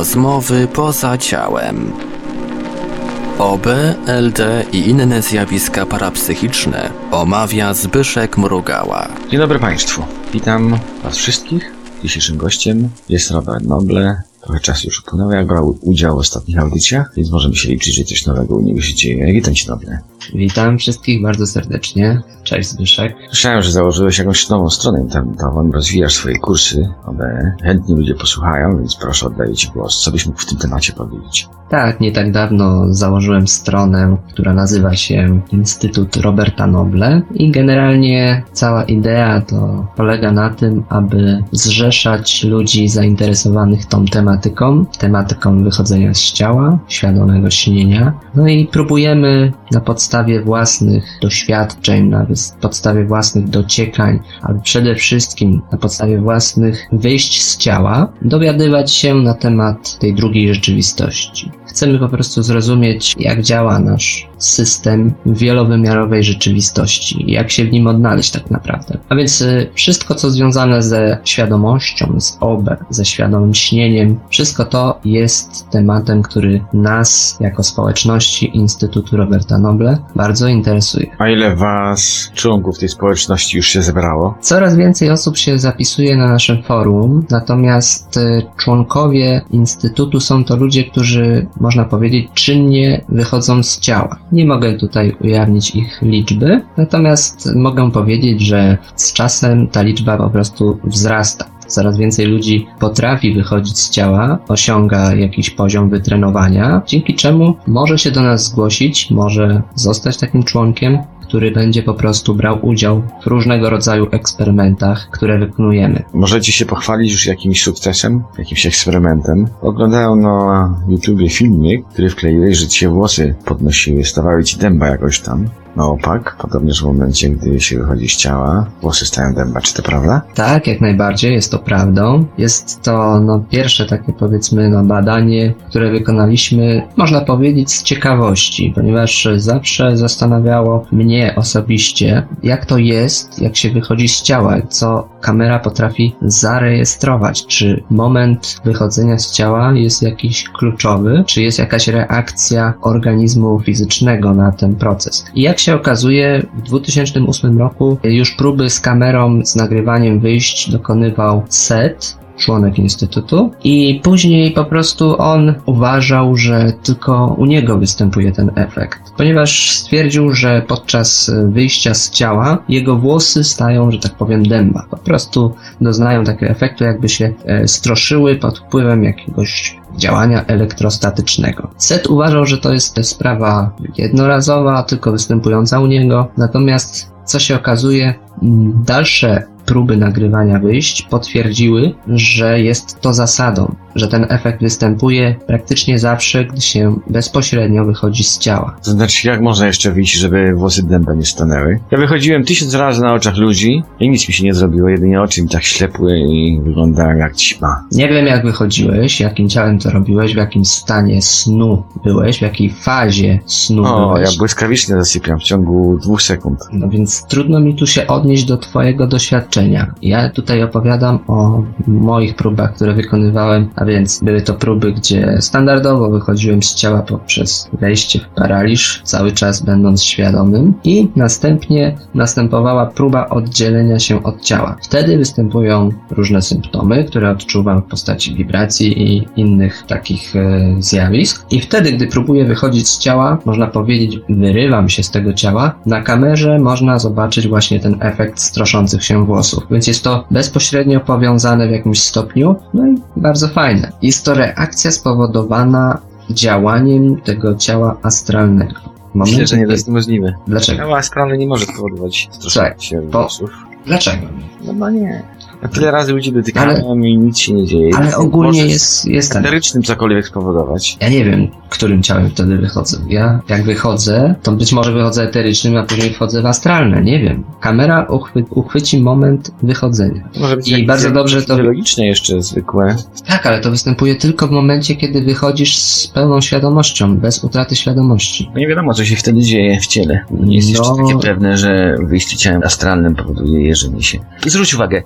Rozmowy poza ciałem. OB, LD i inne zjawiska parapsychiczne omawia Zbyszek Mrugała. Dzień dobry Państwu. Witam Was wszystkich. Dzisiejszym gościem jest Robert Noble. Trochę czasu już upłynęło, jak brał udział w ostatnich audycjach, więc możemy się liczyć, że coś nowego u niego się dzieje. Witam Cię, Noble. Witam wszystkich bardzo serdecznie. Cześć Zbyszek. Słyszałem, że założyłeś jakąś nową stronę internetową, rozwijasz swoje kursy OB. Chętni ludzie posłuchają, więc proszę, oddaję Ci głos. Co byś mógł w tym temacie powiedzieć? Tak, nie tak dawno założyłem stronę, która nazywa się Instytut Roberta Noble i generalnie cała idea to polega na tym, aby zrzeszać ludzi zainteresowanych tą tematyką wychodzenia z ciała, świadomego śnienia. No i próbujemy na podstawie własnych doświadczeń, na podstawie własnych dociekań, ale przede wszystkim na podstawie własnych wyjść z ciała, dowiadywać się na temat tej drugiej rzeczywistości. Chcemy po prostu zrozumieć, jak działa nasz system wielowymiarowej rzeczywistości, jak się w nim odnaleźć tak naprawdę. A więc wszystko, co związane ze świadomością, z OB, ze świadomym śnieniem, wszystko to jest tematem, który nas, jako społeczności Instytutu Roberta Noble, bardzo interesuje. A ile Was, członków tej społeczności, już się zebrało? Coraz więcej osób się zapisuje na naszym forum, natomiast członkowie Instytutu są to ludzie, którzy, można powiedzieć, czynnie wychodzą z ciała. Nie mogę tutaj ujawnić ich liczby, natomiast mogę powiedzieć, że z czasem ta liczba po prostu wzrasta. Coraz więcej ludzi potrafi wychodzić z ciała, osiąga jakiś poziom wytrenowania, dzięki czemu może się do nas zgłosić, może zostać takim członkiem, który będzie po prostu brał udział w różnego rodzaju eksperymentach, które wykonujemy. Możecie się pochwalić już jakimś sukcesem, jakimś eksperymentem. Oglądałem na YouTubie filmik, który wkleiłeś, że Ci się włosy podnosiły, stawały Ci dęba jakoś tam na opak, podobnież w momencie, gdy się wychodzi z ciała, włosy stają dęba. Czy to prawda? Tak, jak najbardziej, jest to prawdą. Jest to pierwsze takie, powiedzmy, badanie, które wykonaliśmy, można powiedzieć, z ciekawości, ponieważ zawsze zastanawiało mnie osobiście, jak to jest, jak się wychodzi z ciała, co kamera potrafi zarejestrować, czy moment wychodzenia z ciała jest jakiś kluczowy, czy jest jakaś reakcja organizmu fizycznego na ten proces. I jak się okazuje, w 2008 roku już próby z kamerą, z nagrywaniem wyjść dokonywał Seth, członek Instytutu, i później po prostu on uważał, że tylko u niego występuje ten efekt, ponieważ stwierdził, że podczas wyjścia z ciała jego włosy stają, że tak powiem, dęba. Po prostu doznają takiego efektu, jakby się stroszyły pod wpływem jakiegoś działania elektrostatycznego. Seth uważał, że to jest sprawa jednorazowa, tylko występująca u niego, natomiast co się okazuje, dalsze próby nagrywania wyjść potwierdziły, że jest to zasadą, że ten efekt występuje praktycznie zawsze, gdy się bezpośrednio wychodzi z ciała. To znaczy, jak można jeszcze wyjść, żeby włosy dęba nie stanęły? Ja wychodziłem 1000 razy na oczach ludzi i nic mi się nie zrobiło, jedynie oczy mi tak ślepły i wyglądałem jak ćma. Nie wiem, jak wychodziłeś, jakim ciałem to robiłeś, w jakim stanie snu byłeś, w jakiej fazie snu byłeś. Ja błyskawicznie zasypiam w ciągu 2 sekund. No więc trudno mi tu się odnieść do Twojego doświadczenia. Ja tutaj opowiadam o moich próbach, które wykonywałem, a więc były to próby, gdzie standardowo wychodziłem z ciała poprzez wejście w paraliż, cały czas będąc świadomym, i następnie następowała próba oddzielenia się od ciała. Wtedy występują różne symptomy, które odczuwam w postaci wibracji i innych takich zjawisk. I wtedy, gdy próbuję wychodzić z ciała, można powiedzieć, wyrywam się z tego ciała, na kamerze można zobaczyć właśnie ten efekt stroszących się włosów. Więc jest to bezpośrednio powiązane w jakimś stopniu, no i bardzo fajne. Jest to reakcja spowodowana działaniem tego ciała astralnego. Myślę, że nie jest możliwe. Dlaczego? Ciało astralne nie może spowodować stroszenia się włosów. Dlaczego? No nie. Ja tyle razy ludzi dotykałem i nic się nie dzieje. Ale ogólnie jest eterycznym cokolwiek spowodować. Ja nie wiem, którym ciałem wtedy wychodzę. Ja jak wychodzę, to być może wychodzę eterycznym, a później wchodzę w astralne. Nie wiem. Kamera uchwyci moment wychodzenia. Może być i bardzo dobrze to biologiczne jeszcze zwykłe. Tak, ale to występuje tylko w momencie, kiedy wychodzisz z pełną świadomością, bez utraty świadomości. No nie wiadomo, co się wtedy dzieje w ciele. Nie jest jeszcze takie pewne, że wyjście ciałem astralnym powoduje jeżenie się. I zwróć uwagę, jeżeli ciało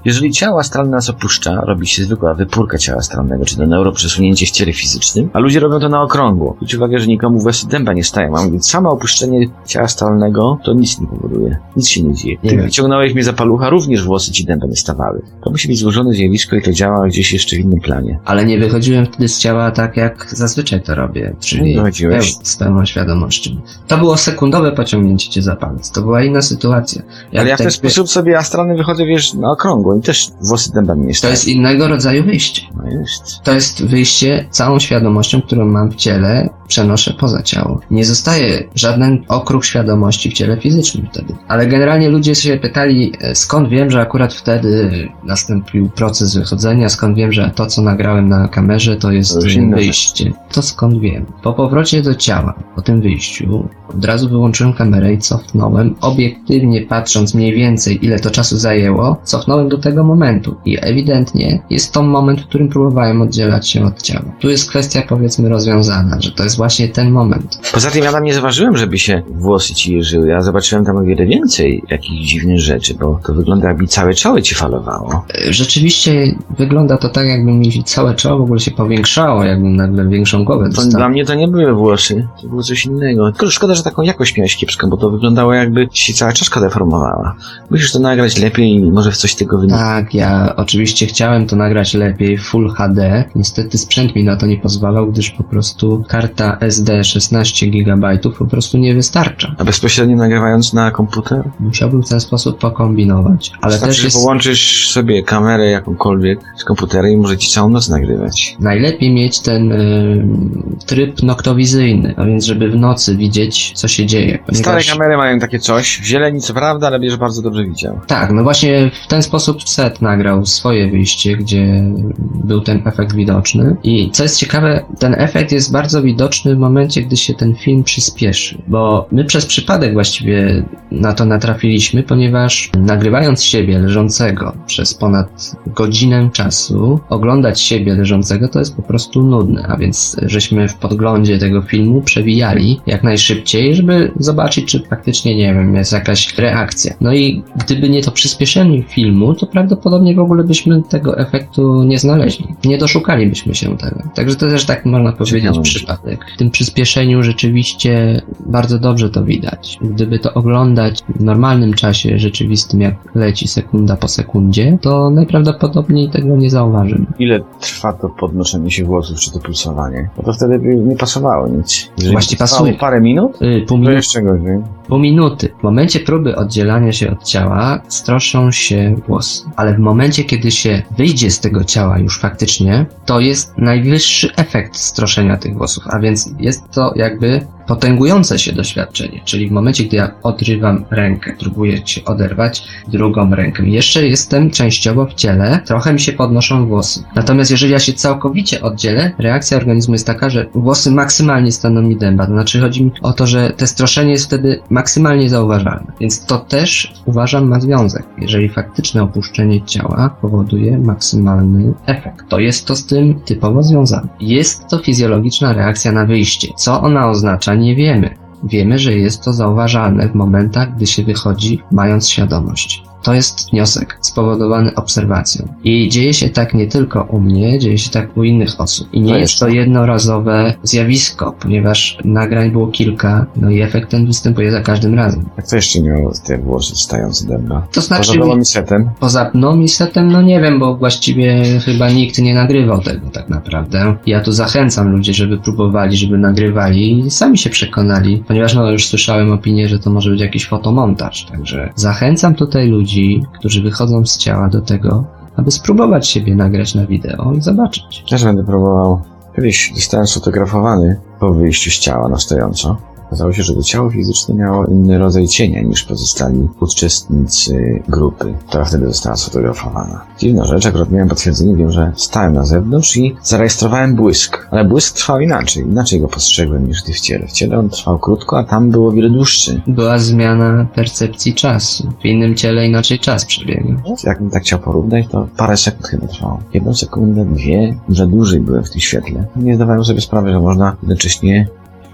ciało astralne nas opuszcza, robi się zwykła wypórka ciała astralnego, czy to neuroprzesunięcie w ciele fizycznym, a ludzie robią to na okrągło. Zwróć uwagę, że nikomu włosy dęba nie stają, a mówić, samo opuszczenie ciała astralnego to nic nie powoduje. Nic się nie dzieje. Ty wyciągnąłeś mnie za palucha, również włosy ci dęba nie stawały. To musi być złożone zjawisko i to działa gdzieś jeszcze w innym planie. Ale nie wychodziłem wtedy z ciała tak, jak zazwyczaj to robię, czyli z pełną świadomością. To było sekundowe pociągnięcie cię za palec. To była inna sytuacja. Ale ja w ten sposób sobie astralny wychodzę, wiesz, na okrągło i też włosy dęba mi nie stają. To jest innego rodzaju wyjście. No jest. To jest wyjście całą świadomością, którą mam w ciele, przenoszę poza ciało. Nie zostaje żaden okruch świadomości w ciele fizycznym wtedy. Ale generalnie ludzie się pytali, skąd wiem, że akurat wtedy nastąpił proces wychodzenia, skąd wiem, że to, co nagrałem na kamerze, to jest wyjście. To skąd wiem? Po powrocie do ciała, po tym wyjściu, od razu wyłączyłem kamerę i cofnąłem, obiektywnie patrząc mniej więcej, ile to czasu zajęło, cofnąłem do tego momentu. I ewidentnie jest to moment, w którym próbowałem oddzielać się od ciała. Tu jest kwestia, powiedzmy, rozwiązana, że to jest właśnie ten moment. Poza tym ja tam nie zauważyłem, żeby się włosy ci jeżyły. Ja zobaczyłem tam o wiele więcej jakichś dziwnych rzeczy, bo to wygląda, jakby całe czoło ci falowało. Rzeczywiście wygląda to tak, jakby mi całe czoło w ogóle się powiększało, jakbym nagle większą głowę dostał. Dla mnie to nie były włosy, to było coś innego. Tylko szkoda, że taką jakość miałeś kiepską, bo to wyglądało, jakby się cała czaszka deformowała. Musisz to nagrać lepiej i może w coś tego wyniknie. Tak, ja oczywiście chciałem to nagrać lepiej w Full HD. Niestety sprzęt mi na to nie pozwalał, gdyż po prostu karta SD 16 GB po prostu nie wystarcza. A bezpośrednio nagrywając na komputer? Musiałbym w ten sposób pokombinować. Ale wystarczy, też jest... że połączysz sobie kamerę jakąkolwiek z komputerem i może ci całą noc nagrywać. Najlepiej mieć ten tryb noktowizyjny, a więc żeby w nocy widzieć, co się dzieje. Ponieważ... Stare kamery mają takie coś, w zieleni co prawda, ale będziesz bardzo dobrze widział. Tak, no właśnie w ten sposób Set nagrał swoje wyjście, gdzie był ten efekt widoczny. I co jest ciekawe, ten efekt jest bardzo widoczny w momencie, gdy się ten film przyspieszy, bo my przez przypadek właściwie na to natrafiliśmy, ponieważ nagrywając siebie leżącego przez ponad godzinę czasu, oglądać siebie leżącego to jest po prostu nudne, a więc żeśmy w podglądzie tego filmu przewijali jak najszybciej, żeby zobaczyć, czy faktycznie, nie wiem, jest jakaś reakcja. No i gdyby nie to przyspieszenie filmu, to prawdopodobnie w ogóle byśmy tego efektu nie znaleźli. Nie doszukalibyśmy się tego. Także to też tak można powiedzieć przypadek. W tym przyspieszeniu rzeczywiście bardzo dobrze to widać. Gdyby to oglądać w normalnym czasie rzeczywistym, jak leci sekunda po sekundzie, to najprawdopodobniej tego nie zauważymy. Ile trwa to podnoszenie się włosów, czy to pulsowanie? Bo to wtedy by nie pasowało nic. Jeżeli właśnie pasuje. Parę minut? Pół minuty. Jeszcze gorzej. Pół minuty. W momencie próby oddzielania się od ciała stroszą się włosy. Ale w momencie, kiedy się wyjdzie z tego ciała już faktycznie, to jest najwyższy efekt stroszenia tych włosów. A więc jest to jakby potęgujące się doświadczenie. Czyli w momencie, gdy ja odrywam rękę, próbuję się oderwać drugą rękę. Jeszcze jestem częściowo w ciele, trochę mi się podnoszą włosy. Natomiast jeżeli ja się całkowicie oddzielę, reakcja organizmu jest taka, że włosy maksymalnie staną mi dęba. To znaczy chodzi mi o to, że te stroszenie jest wtedy maksymalnie zauważalne. Więc to też uważam ma związek. Jeżeli faktyczne opuszczenie ciała powoduje maksymalny efekt, to jest to z tym typowo związane. Jest to fizjologiczna reakcja na wyjście. Co ona oznacza? Nie wiemy. Wiemy, że jest to zauważalne w momentach, gdy się wychodzi, mając świadomość. To jest wniosek spowodowany obserwacją. I dzieje się tak nie tylko u mnie, dzieje się tak u innych osób. I nie jest to jednorazowe zjawisko, ponieważ nagrań było kilka, no i efekt ten występuje za każdym razem. Jak to jeszcze miało te włosy wstające dęba? To znaczy... Poza Nomisetem? Poza Nomisetem, no nie wiem, bo właściwie chyba nikt nie nagrywał tego tak naprawdę. Ja tu zachęcam ludzi, żeby próbowali, żeby nagrywali i sami się przekonali, ponieważ no już słyszałem opinię, że to może być jakiś fotomontaż, także zachęcam tutaj ludzi, którzy wychodzą z ciała do tego, aby spróbować siebie nagrać na wideo i zobaczyć. Też będę próbował. Kiedyś zostałem sfotografowany po wyjściu z ciała na stojąco. Okazało się, że to ciało fizyczne miało inny rodzaj cienia niż pozostali uczestnicy grupy, która wtedy została sfotografowana. Dziwna rzecz, akurat miałem potwierdzenie, wiem, że stałem na zewnątrz i zarejestrowałem błysk. Ale błysk trwał inaczej go postrzegłem niż gdy w ciele. W ciele on trwał krótko, a tam było wiele dłuższy. Była zmiana percepcji czasu. W innym ciele inaczej czas przebiegał. Jakbym tak chciał porównać, to parę sekund chyba trwało. 1 sekundę, 2, że dłużej byłem w tym świetle. Nie zdawałem sobie sprawy, że można jednocześnie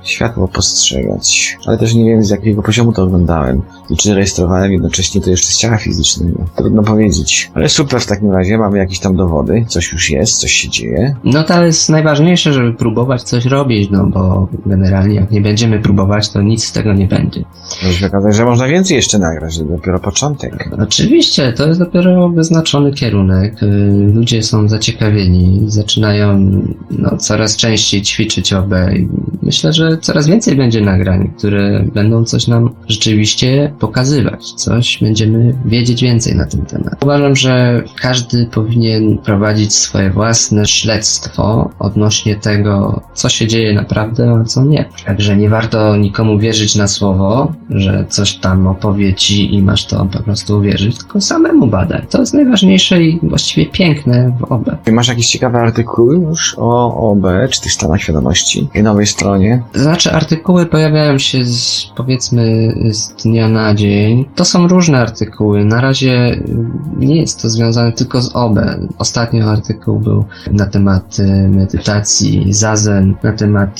światło postrzegać. Ale też nie wiem, z jakiego poziomu to oglądałem. I czy rejestrowałem jednocześnie to jeszcze z ciała fizycznego. Trudno powiedzieć. Ale super, w takim razie mamy jakieś tam dowody. Coś już jest, coś się dzieje. No to jest najważniejsze, żeby próbować coś robić, no bo generalnie jak nie będziemy próbować, to nic z tego nie będzie. Może się okazać, że można więcej jeszcze nagrać, że dopiero początek. Oczywiście, to jest dopiero wyznaczony kierunek. Ludzie są zaciekawieni, zaczynają coraz częściej ćwiczyć OB. Myślę, że coraz więcej będzie nagrań, które będą coś nam rzeczywiście pokazywać. Coś będziemy wiedzieć więcej na ten temat. Uważam, że każdy powinien prowadzić swoje własne śledztwo odnośnie tego, co się dzieje naprawdę, a co nie. Także nie warto nikomu wierzyć na słowo, że coś tam opowie ci i masz to po prostu uwierzyć, tylko samemu badać. To jest najważniejsze i właściwie piękne w OB. Masz jakieś ciekawe artykuły już o OB, czy tych stanach świadomości? I nowej stronie? Znaczy, artykuły pojawiają się powiedzmy z dnia na dzień. To są różne artykuły. Na razie nie jest to związane tylko z OB. Ostatnio artykuł był na temat medytacji, zazen, na temat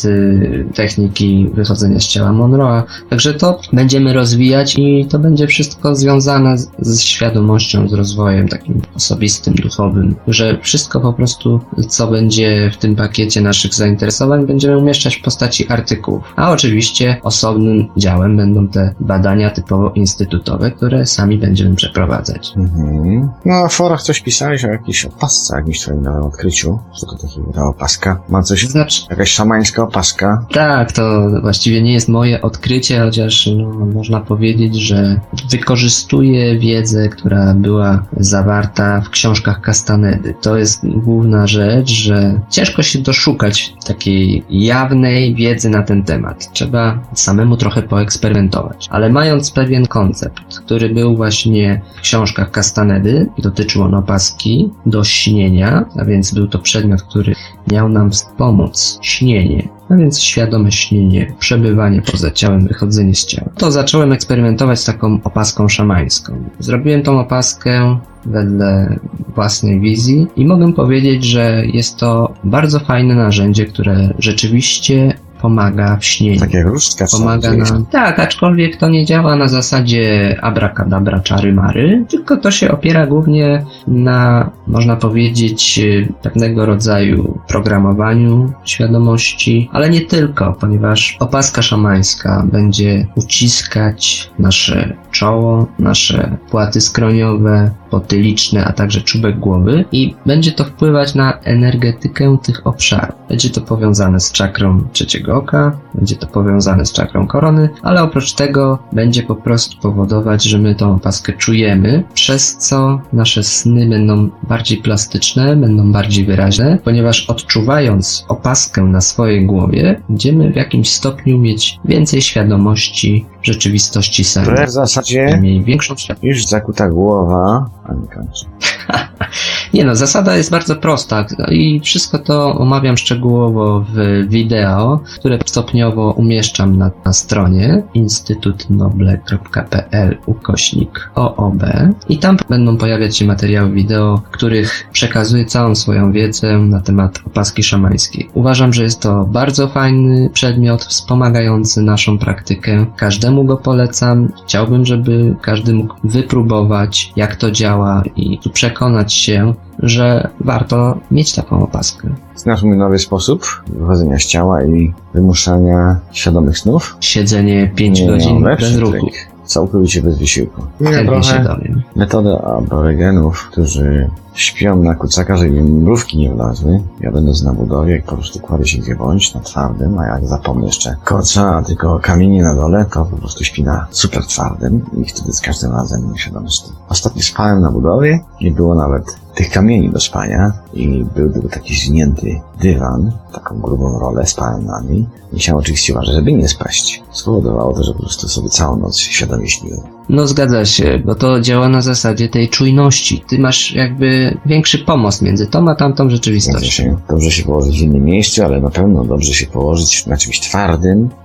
techniki wychodzenia z ciała Monroe'a. Także to będziemy rozwijać i to będzie wszystko związane z świadomością, z rozwojem takim osobistym, duchowym, że wszystko po prostu, co będzie w tym pakiecie naszych zainteresowań, będziemy umieszczać w postaci artykułów. A oczywiście osobnym działem będą te badania typowo instytutowe, które sami będziemy przeprowadzać. No, w forach coś pisałeś o jakiejś opasce, jakimś twoim nowym odkryciu. Co to takiego ta opaska? Ma coś? Znaczy, jakaś szamańska opaska? tak, to właściwie nie jest moje odkrycie, chociaż można powiedzieć, że wykorzystuję wiedzę, która była zawarta w książkach Castanedy. To jest główna rzecz, że ciężko się doszukać takiej jawnej wiedzy na ten temat. Trzeba samemu trochę poeksperymentować. Ale mając pewien koncept, który był właśnie w książkach Castanedy, dotyczył on opaski do śnienia, a więc był to przedmiot, który miał nam wspomóc śnienie. A więc świadome śnienie, przebywanie poza ciałem, wychodzenie z ciała. To zacząłem eksperymentować z taką opaską szamańską. Zrobiłem tą opaskę wedle własnej wizji i mogę powiedzieć, że jest to bardzo fajne narzędzie, które rzeczywiście pomaga w śnieniu. Tak jak różdżka. Pomaga nam. Tak, aczkolwiek to nie działa na zasadzie abracadabra, czary mary, tylko to się opiera głównie na, można powiedzieć, pewnego rodzaju programowaniu świadomości, ale nie tylko, ponieważ opaska szamańska będzie uciskać nasze czoło, nasze płaty skroniowe, potyliczne, a także czubek głowy i będzie to wpływać na energetykę tych obszarów. Będzie to powiązane z czakrą trzeciego oka, będzie to powiązane z czakrą korony, ale oprócz tego będzie po prostu powodować, że my tą opaskę czujemy, przez co nasze sny będą bardziej plastyczne, będą bardziej wyraźne, ponieważ odczuwając opaskę na swojej głowie, będziemy w jakimś stopniu mieć więcej świadomości rzeczywistości sennej. To w zasadzie Miej większą świadomość. już zakuta głowa, a nie kończy. Nie no, zasada jest bardzo prosta i wszystko to omawiam szczegółowo w wideo, które stopniowo umieszczam na stronie instytutnoble.pl/OOB i tam będą pojawiać się materiały wideo, w których przekazuję całą swoją wiedzę na temat opaski szamańskiej. Uważam, że jest to bardzo fajny przedmiot wspomagający naszą praktykę. Każdemu go polecam. Chciałbym, żeby każdy mógł wypróbować, jak to działa i przekonać się, że warto mieć taką opaskę. Znasz mój nowy sposób wychodzenia z ciała i wymuszania świadomych snów? Siedzenie 5 godzin bez ruchu. Całkowicie bez wysiłku. Chętnie się dowiem. Metodę aborygenów, którzy śpią na kucaka, żeby im mrówki nie wlazły. Ja będąc na budowie, po prostu kładę się gdzie bądź, na twardym, a jak zapomnę jeszcze koca, a tylko kamienie na dole, to po prostu śpi na super twardym i wtedy z każdym razem świadomy snu. Ostatnio spałem na budowie, nie było nawet tych kamieni do spania i był taki zwinięty dywan, taką grubą rolę, spałem na niej. Musiałem oczywiście uważać, żeby nie spaść. Spowodowało to, że po prostu sobie całą noc świadomie śniłem. No zgadza się, bo to działa na zasadzie tej czujności. Ty masz jakby większy pomost między tą a tamtą rzeczywistością. Dobrze się położyć w innym miejscu, ale na pewno dobrze się położyć na czymś twardym,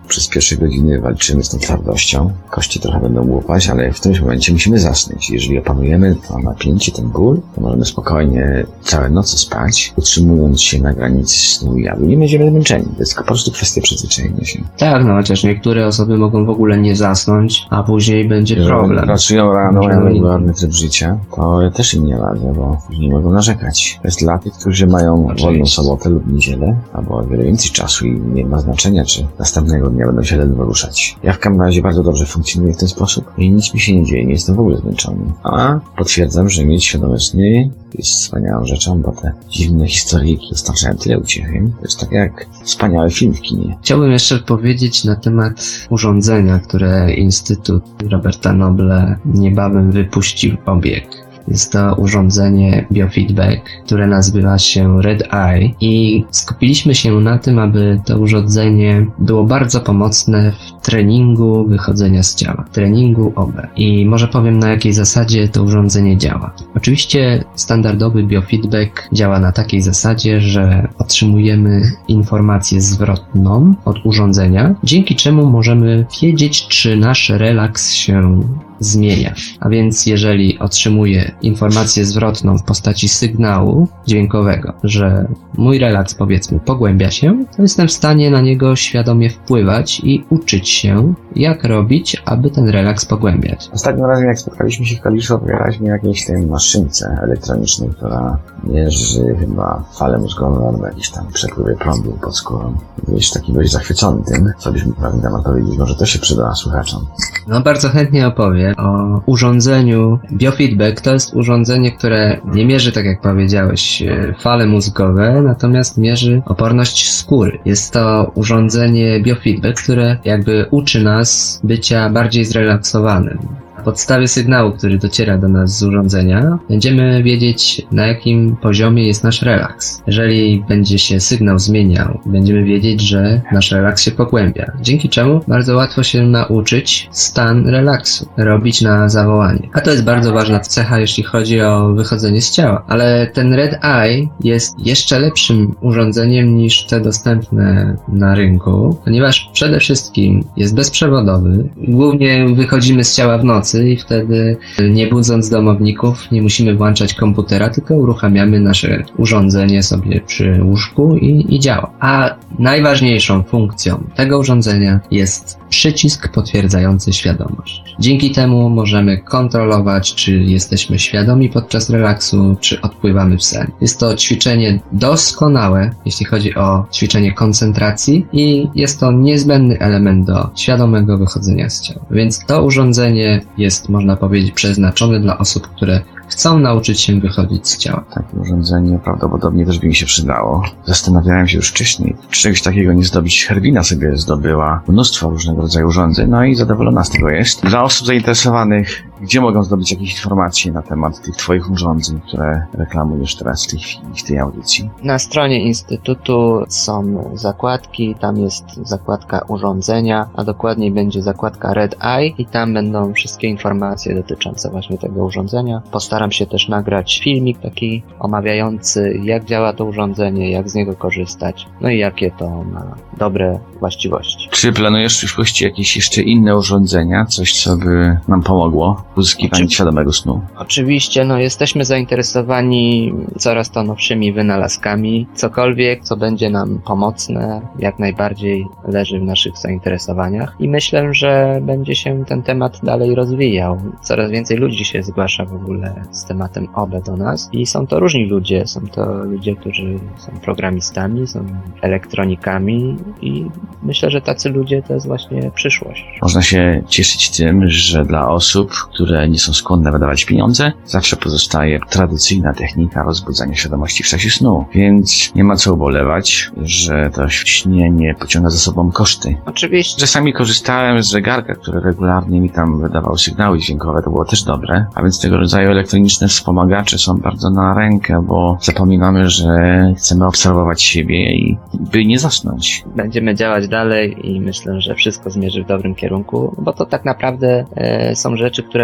Przez pierwsze godziny walczymy z tą twardością. Kości trochę będą łupać, ale w tym momencie musimy zasnąć. Jeżeli opanujemy to napięcie, ten ból, to możemy spokojnie całe noce spać, utrzymując się na granicy snu i jawu. Nie będziemy zmęczeni. To jest po prostu kwestia przyzwyczajenia się. Tak, no chociaż niektóre osoby mogą w ogóle nie zasnąć, a później będzie problem. Pracują rano, mają regularny tryb życia, to ja też im nie radzę, bo później mogą narzekać. To jest dla tych, którzy mają wolną sobotę lub niedzielę, albo o wiele więcej czasu i nie ma znaczenia, czy następnego dnia będą się ledwo ruszać. Ja w każdym razie bardzo dobrze funkcjonuję w ten sposób i nic mi się nie dzieje, nie jestem w ogóle zmęczony. A potwierdzam, że mieć świadome sny jest wspaniałą rzeczą, bo te dziwne historyjki dostarczają tyle uciechy. To jest tak jak wspaniały film w kinie. Chciałbym jeszcze powiedzieć na temat urządzenia, które Instytut Roberta Noble niebawem wypuści w obieg. Jest to urządzenie biofeedback, które nazywa się Red Eye i skupiliśmy się na tym, aby to urządzenie było bardzo pomocne w treningu wychodzenia z ciała, treningu OB. I może powiem, na jakiej zasadzie to urządzenie działa. Oczywiście standardowy biofeedback działa na takiej zasadzie, że otrzymujemy informację zwrotną od urządzenia, dzięki czemu możemy wiedzieć, czy nasz relaks się zmienia. A więc jeżeli otrzymuję informację zwrotną w postaci sygnału dźwiękowego, że mój relaks powiedzmy pogłębia się, to jestem w stanie na niego świadomie wpływać i uczyć się, jak robić, aby ten relaks pogłębiać. Ostatnim razem, jak spotkaliśmy się w Kaliszu, opowiadaliśmy o jakiejś tej maszynce elektronicznej, która mierzy chyba falę mózgową albo jakiś tam przepływy prądu pod skórą. Byłeś taki dość zachwycony tym, co byśmy prawie tam powiedzieć, może to się przyda słuchaczom. No bardzo chętnie opowiem o urządzeniu biofeedback. To jest urządzenie, które nie mierzy, tak jak powiedziałeś, fale mózgowe, natomiast mierzy oporność skóry. Jest to urządzenie biofeedback, które jakby uczy nas bycia bardziej zrelaksowanym. Na podstawie sygnału, który dociera do nas z urządzenia, będziemy wiedzieć, na jakim poziomie jest nasz relaks. Jeżeli będzie się sygnał zmieniał, będziemy wiedzieć, że nasz relaks się pogłębia. Dzięki czemu bardzo łatwo się nauczyć stan relaksu, robić na zawołanie. A to jest bardzo ważna cecha, jeśli chodzi o wychodzenie z ciała. Ale ten Red Eye jest jeszcze lepszym urządzeniem niż te dostępne na rynku, ponieważ przede wszystkim jest bezprzewodowy. Głównie wychodzimy z ciała w nocy i wtedy, nie budząc domowników, nie musimy włączać komputera, tylko uruchamiamy nasze urządzenie sobie przy łóżku i działa. A najważniejszą funkcją tego urządzenia jest przycisk potwierdzający świadomość. Dzięki temu możemy kontrolować, czy jesteśmy świadomi podczas relaksu, czy odpływamy w sen. Jest to ćwiczenie doskonałe, jeśli chodzi o ćwiczenie koncentracji i jest to niezbędny element do świadomego wychodzenia z ciała. Więc to urządzenie jest, można powiedzieć, przeznaczone dla osób, które chcą nauczyć się wychodzić z ciała. Takie urządzenie prawdopodobnie też by mi się przydało. Zastanawiałem się już wcześniej, czy czegoś takiego nie zdobyć. Herbina sobie zdobyła mnóstwo różnego rodzaju urządzeń, no i zadowolona z tego jest. Dla osób zainteresowanych, gdzie mogą zdobyć jakieś informacje na temat tych twoich urządzeń, które reklamujesz teraz w tej chwili, w tej audycji? Na stronie Instytutu są zakładki, tam jest zakładka urządzenia, a dokładniej będzie zakładka Red Eye i tam będą wszystkie informacje dotyczące właśnie tego urządzenia. Postaram się też nagrać filmik taki omawiający, jak działa to urządzenie, jak z niego korzystać, no i jakie to ma dobre właściwości. Czy planujesz w przyszłości jakieś jeszcze inne urządzenia, coś co by nam pomogło w uzyskiwaniu świadomego snu? Oczywiście, jesteśmy zainteresowani coraz to nowszymi wynalazkami. Cokolwiek, co będzie nam pomocne, jak najbardziej leży w naszych zainteresowaniach i myślę, że będzie się ten temat dalej rozwijał. Coraz więcej ludzi się zgłasza w ogóle z tematem OB do nas i są to różni ludzie. Są to ludzie, którzy są programistami, są elektronikami i myślę, że tacy ludzie to jest właśnie przyszłość. Można się cieszyć tym, że dla osób, które nie są skłonne wydawać pieniądze, zawsze pozostaje tradycyjna technika rozbudzania świadomości w czasie snu. Więc nie ma co ubolewać, że to śnienie pociąga za sobą koszty. Oczywiście. Czasami korzystałem z zegarka, który regularnie mi tam wydawał sygnały dźwiękowe, to było też dobre. A więc tego rodzaju elektroniczne wspomagacze są bardzo na rękę, bo zapominamy, że chcemy obserwować siebie i by nie zasnąć. Będziemy działać dalej i myślę, że wszystko zmierzy w dobrym kierunku, bo to tak naprawdę są rzeczy, które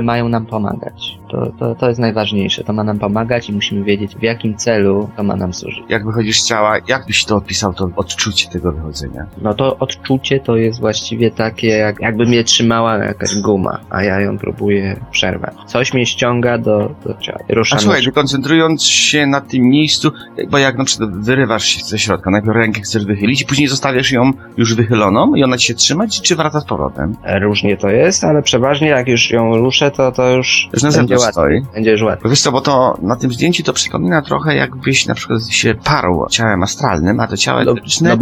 mają nam pomagać. To jest najważniejsze. To ma nam pomagać i musimy wiedzieć, w jakim celu to ma nam służyć. Jak wychodzisz z ciała, jak byś to opisał, to odczucie tego wychodzenia? No to odczucie to jest właściwie takie, jakby mnie trzymała jakaś guma, a ja ją próbuję przerwać. Coś mnie ściąga do ciała. A słuchaj, koncentrując się na tym miejscu, bo jak na przykład wyrywasz się ze środka, najpierw rękę chcesz wychylić i później zostawiasz ją już wychyloną i ona ci się trzyma, czy wraca z powrotem? Różnie to jest, ale przeważnie jak już ją ruszę, to już na zewnątrz stoi. Będzie już łatwiej. Wiesz co, bo to na tym zdjęciu to przypomina trochę, jakbyś na przykład się parł ciałem astralnym, a to ciało elektryczne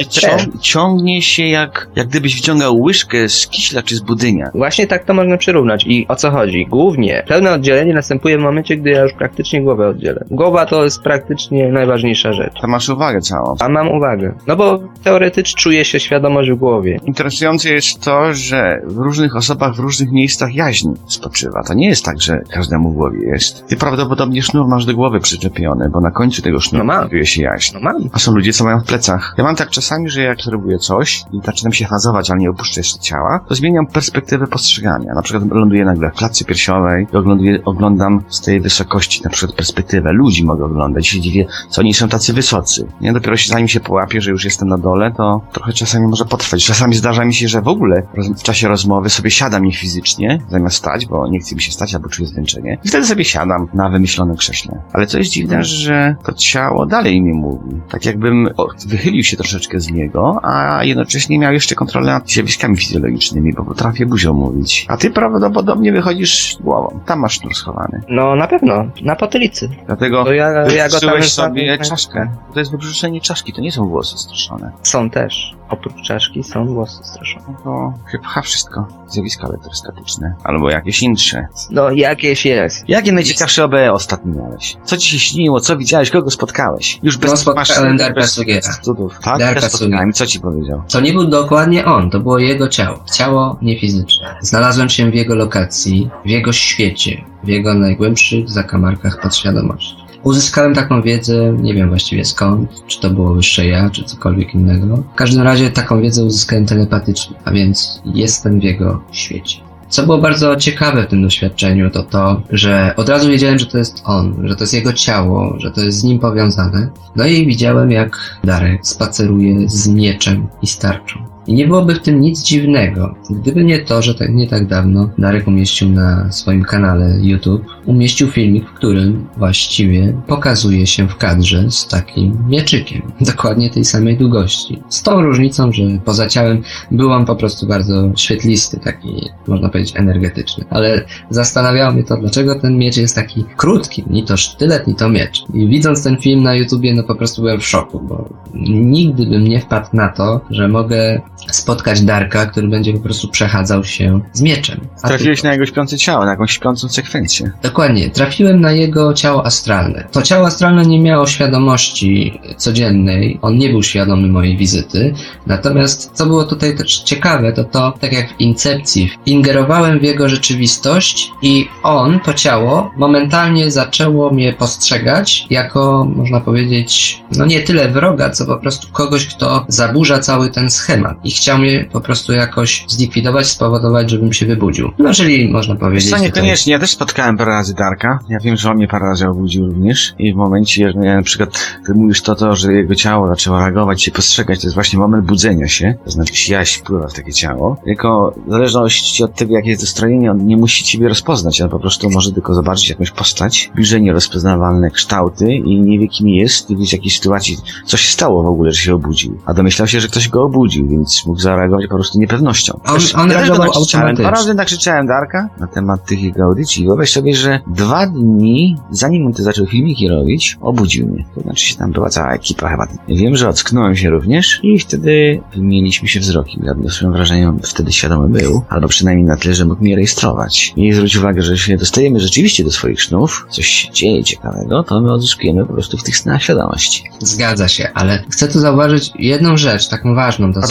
ciągnie się jak gdybyś wyciągał łyżkę z kiśla czy z budynia. Właśnie tak to można przyrównać. I o co chodzi? Głównie pełne oddzielenie następuje w momencie, gdy ja już praktycznie głowę oddzielę. Głowa to jest praktycznie najważniejsza rzecz. To masz uwagę całą. A mam uwagę. No bo teoretycznie czuję się świadomość w głowie. Interesujące jest to, że w różnych osobach, w różnych miejscach jaźń spoczywa. To nie jest tak, że każdemu w głowie jest. Ty prawdopodobnie sznur masz do głowy przyczepiony, bo na końcu tego sznuru znajduje się jaźń. No mam. A są ludzie, co mają w plecach. Ja mam tak czasami, że jak robię coś i zaczynam się fazować, ale nie opuszczę jeszcze ciała, to zmieniam perspektywę postrzegania. Na przykład ląduję nagle w klatce piersiowej i oglądam z tej wysokości na przykład perspektywę. Ludzi mogę oglądać i się dziwię, co oni są tacy wysocy. Nie? Dopiero się zanim się połapię, że już jestem na dole, to trochę czasami może potrwać. Czasami zdarza mi się, że w ogóle w czasie rozmowy sobie siadam nie fizycznie, zamiast stać, bo nie chce mi się stać albo czuję zmęczenie. I wtedy sobie siadam na wymyślonym krześle. Ale co jest dziwne, że to ciało dalej mi mówi. Tak jakbym wychylił się troszeczkę z niego, a jednocześnie miał jeszcze kontrolę nad zjawiskami fizjologicznymi, bo potrafię buzią mówić. A ty prawdopodobnie wychodzisz głową. Tam masz sznur schowany. No na pewno. Na potylicy. Dlatego ja go tam sobie czaszkę. To jest wybrzuszenie czaszki, to nie są włosy stroszone. Są też. Oprócz czaszki są włosy stroszone. No to się pcha wszystko. Zjawiska elektrostatyczne. Albo jakieś insze. No jakieś jest. Jakie najciekawsze OBE ostatnio miałeś? Co ci się śniło? Co widziałeś? Kogo spotkałeś? Już bez Darka Sugiera. Cudów. Tak? Darka Sugiera. Co ci powiedział? To nie był dokładnie on, to było jego ciało. Ciało niefizyczne. Znalazłem się w jego lokacji, w jego świecie, w jego najgłębszych zakamarkach podświadomości. Uzyskałem taką wiedzę, nie wiem właściwie skąd, czy to było wyższe ja, czy cokolwiek innego. W każdym razie taką wiedzę uzyskałem telepatycznie, a więc jestem w jego świecie. Co było bardzo ciekawe w tym doświadczeniu, to, że od razu wiedziałem, że to jest on, że to jest jego ciało, że to jest z nim powiązane. No i widziałem, jak Darek spaceruje z mieczem i z tarczą. I nie byłoby w tym nic dziwnego, gdyby nie to, że nie tak dawno Darek umieścił na swoim kanale YouTube, umieścił filmik, w którym właściwie pokazuje się w kadrze z takim mieczykiem, dokładnie tej samej długości. Z tą różnicą, że poza ciałem był on po prostu bardzo świetlisty, taki, można powiedzieć, energetyczny. Ale zastanawiało mnie to, dlaczego ten miecz jest taki krótki, ni to sztylet, ni to miecz. I widząc ten film na YouTubie, no po prostu byłem w szoku, bo nigdy bym nie wpadł na to, że mogę spotkać Darka, który będzie po prostu przechadzał się z mieczem. Trafiłeś na jego śpiące ciało, na jakąś śpiącą sekwencję. Dokładnie, trafiłem na jego ciało astralne. To ciało astralne nie miało świadomości codziennej, on nie był świadomy mojej wizyty, natomiast co było tutaj też ciekawe, to tak jak w Incepcji, ingerowałem w jego rzeczywistość i on, to ciało, momentalnie zaczęło mnie postrzegać jako, można powiedzieć, no nie tyle wroga, co po prostu kogoś, kto zaburza cały ten schemat i chciał mnie po prostu jakoś zlikwidować, spowodować, żebym się wybudził. No, czyli można powiedzieć... Co niekoniecznie, ja też spotkałem parę razy Darka. Ja wiem, że on mnie parę razy obudził również i w momencie, że na przykład ty mówisz to, że jego ciało zaczęło reagować, się postrzegać, to jest właśnie moment budzenia się, to znaczy jaźń wpływa w takie ciało. Tylko w zależności od tego, jakie jest dostrojenie, on nie musi ciebie rozpoznać, on po prostu może tylko zobaczyć jakąś postać, bliżej nierozpoznawalne kształty i nie wie, kim jest, i w jakiej sytuacji, co się stało w ogóle, że się obudził. A domyślał się, że ktoś go obudził, więc mógł zareagować po prostu niepewnością. On reagował automatycznie. Dwa razy nakrzyczałem Darka na temat tych jego audycji. Wyobraź sobie, że 2 dni, zanim on to zaczął filmiki robić, obudził mnie. To znaczy się tam była cała ekipa chyba. Wiem, że ocknąłem się również i wtedy wymieniliśmy się wzrokiem. Ja w swoim wrażeniu wtedy świadomy był, albo przynajmniej na tyle, że mógł mnie rejestrować. I zwróć uwagę, że jeśli dostajemy rzeczywiście do swoich snów, coś się dzieje ciekawego, to my odzyskujemy po prostu w tych snach świadomości. Zgadza się, ale chcę tu zauważyć jedną rzecz, taką ważną. A to, że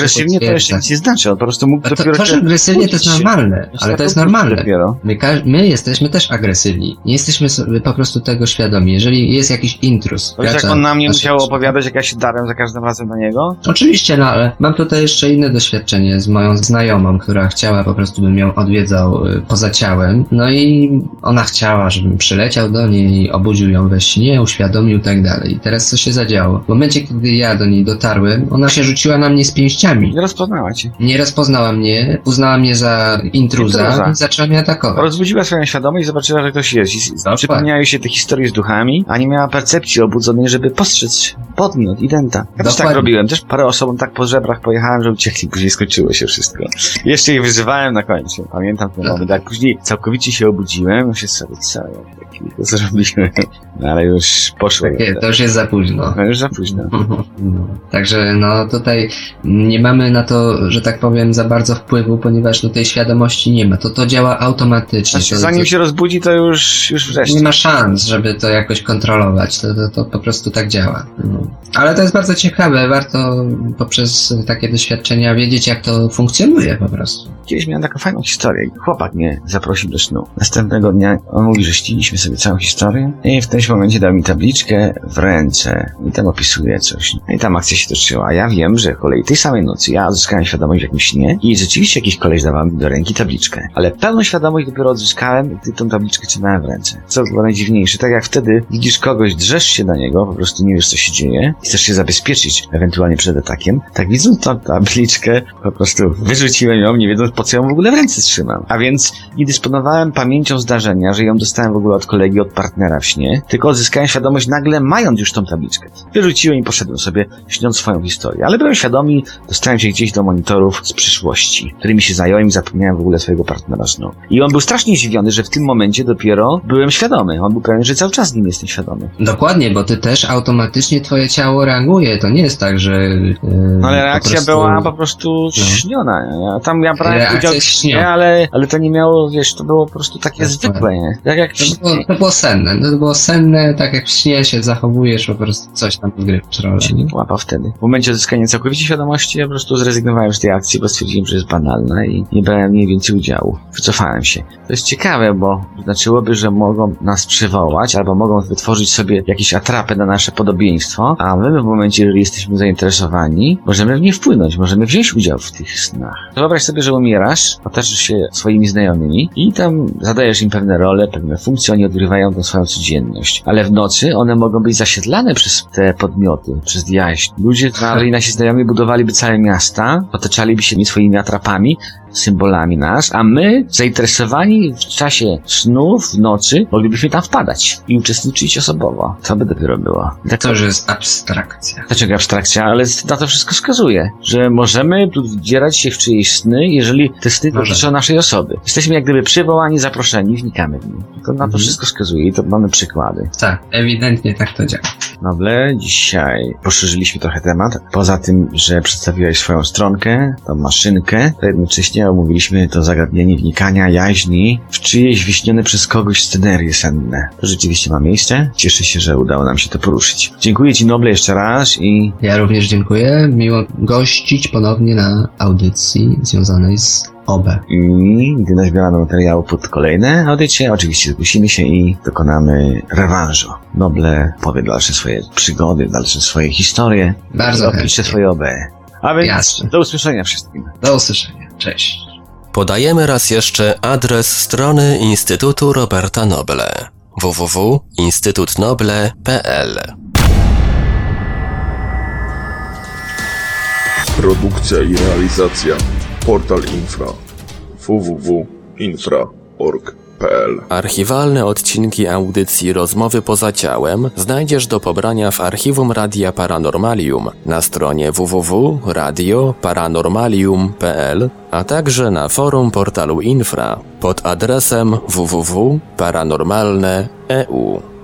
agresywnie to jeszcze nic nie znaczy, on po prostu mógł To, że agresywnie to jest normalne, ale to jest normalne. Dopiero. My jesteśmy też agresywni. Nie jesteśmy sobie po prostu tego świadomi. Jeżeli jest jakiś intruz... To jak on na mnie musiał opowiadać, jak ja się darłem za każdym razem na niego? Oczywiście, no ale mam tutaj jeszcze inne doświadczenie z moją znajomą, która chciała po prostu, bym ją odwiedzał poza ciałem. No i ona chciała, żebym przyleciał do niej, obudził ją we śnie, uświadomił i tak dalej. I teraz co się zadziało? W momencie, kiedy ja do niej dotarłem, ona się rzuciła na mnie z pięściami. Nie rozpoznała cię. Nie rozpoznała mnie, uznała mnie za intruza i zaczęła mnie atakować. Rozbudziła swoją świadomość i zobaczyła, że ktoś jest. I przypomniały się te historie z duchami, a nie miała percepcji obudzonej, żeby postrzec podmiot, identa. Ja też tak robiłem. Też parę osobom tak po żebrach pojechałem, że uciekli. Później skończyło się wszystko. Jeszcze ich wyzywałem na końcu. Pamiętam ten moment. Jak później całkowicie się obudziłem, myślę sobie, co ja to zrobiłem. No, ale już poszło. To już jest za późno. No już za późno. No. Także no tutaj nie mamy na to, że tak powiem, za bardzo wpływu, ponieważ no tej świadomości nie ma. To działa automatycznie. Znaczy, zanim się rozbudzi, to już wreszcie. Nie ma szans, żeby to jakoś kontrolować. To po prostu tak działa. No. Ale to jest bardzo ciekawe. Warto poprzez takie doświadczenia wiedzieć, jak to funkcjonuje po prostu. Kiedyś miałem taką fajną historię. Chłopak mnie zaprosił do snu. Następnego dnia on mówi, że ściliśmy sobie całą historię i w którymś momencie dał mi tabliczkę w ręce i tam opisuje coś. No i tam akcja się toczyła. A ja wiem, że w kolei tej samej nocy ja odzyskałem świadomość w jakimś śnie i rzeczywiście jakiś koleś dawał mi do ręki tabliczkę. Ale pełną świadomość dopiero odzyskałem, gdy tą tabliczkę trzymałem w ręce. Co było najdziwniejsze, tak jak wtedy widzisz kogoś, drzesz się do niego, po prostu nie wiesz, co się dzieje, chcesz się zabezpieczyć ewentualnie przed atakiem, tak widząc tą tabliczkę, po prostu wyrzuciłem ją, nie wiedząc, po co ją w ogóle w ręce trzymam. A więc nie dysponowałem pamięcią zdarzenia, że ją dostałem w ogóle od kolegi, od partnera w śnie, tylko odzyskałem świadomość nagle, mając już tą tabliczkę. Wyrzuciłem i poszedłem sobie, śniąc swoją historię. Ale byłem świadomy, dostałem się gdzieś do monitorów z przyszłości, którymi się zająłem i zapomniałem w ogóle swojego partnera snu. I on był strasznie zdziwiony, że w tym momencie dopiero byłem świadomy. On był pewien, że cały czas nim jestem świadomy. Dokładnie, bo ty też automatycznie twoje ciało reaguje. To nie jest tak, że... No ale reakcja była po prostu śniona. Ja brałem udział... Nie, ale to nie miało, wiesz, to było po prostu takie zwykłe, nie? Tak jak to było senne. To było senne, tak jak w śnie się zachowujesz, po prostu coś tam odgrywasz rolę. Nie? Łapał wtedy. W momencie odzyskania całkowicie świadomości ja po prostu zrezygnowałem z tej akcji, bo stwierdziłem, że jest banalna i nie brałem w niej więcej udziału. Wycofałem się. To jest ciekawe, bo znaczyłoby, że mogą nas przywołać, albo mogą wytworzyć sobie jakieś atrapy na nasze podobieństwo, a my w momencie, jeżeli jesteśmy zainteresowani, możemy w nie wpłynąć, możemy wziąć udział w tych snach. Wyobraź sobie, że umierasz, otaczasz się swoimi znajomymi i tam zadajesz im pewne role, pewne funkcje, oni odgrywają tą swoją codzienność. Ale w nocy one mogą być zasiedlane przez te podmioty, przez jaźń. Ludzie, jeżeli nasi znajomi budowaliby całe miasta, otaczaliby się swoimi atrapami, symbolami nas, a my, zainteresowani w czasie snu, w nocy, moglibyśmy tam wpadać i uczestniczyć osobowo. Co by dopiero było? To już jest abstrakcja. Dlaczego abstrakcja? Ale na to wszystko wskazuje, że możemy tu wdzierać się w czyjeś sny, jeżeli te sny dotyczą naszej osoby. Jesteśmy jak gdyby przywołani, zaproszeni, wnikamy w nie. To na to wszystko wskazuje i to mamy przykłady. Tak, ewidentnie tak to działa. Noble, dzisiaj poszerzyliśmy trochę temat. Poza tym, że przedstawiłeś swoją stronkę, tą maszynkę, to jednocześnie omówiliśmy to zagadnienie wnikania jaźni w czyjeś wyśnione przez kogoś scenerie senne. To rzeczywiście ma miejsce. Cieszę się, że udało nam się to poruszyć. Dziękuję Ci, Noble, jeszcze raz i... Ja również dziękuję. Miło gościć ponownie na audycji związanej z OB. I gdy nazbierano materiału pod kolejne audycje, oczywiście zgłosimy się i dokonamy rewanżu. Noble powie dalsze swoje przygody, dalsze swoje historie. Bardzo opisze swoje OB. A więc jasne. Do usłyszenia wszystkim. Do usłyszenia. Cześć. Podajemy raz jeszcze adres strony Instytutu Roberta Noble www.instytutnoble.pl. Produkcja i realizacja Portal Infra www.infra.org.pl. Archiwalne odcinki audycji Rozmowy poza ciałem znajdziesz do pobrania w archiwum Radia Paranormalium na stronie www.radioparanormalium.pl, a także na forum portalu Infra pod adresem www.paranormalne.eu.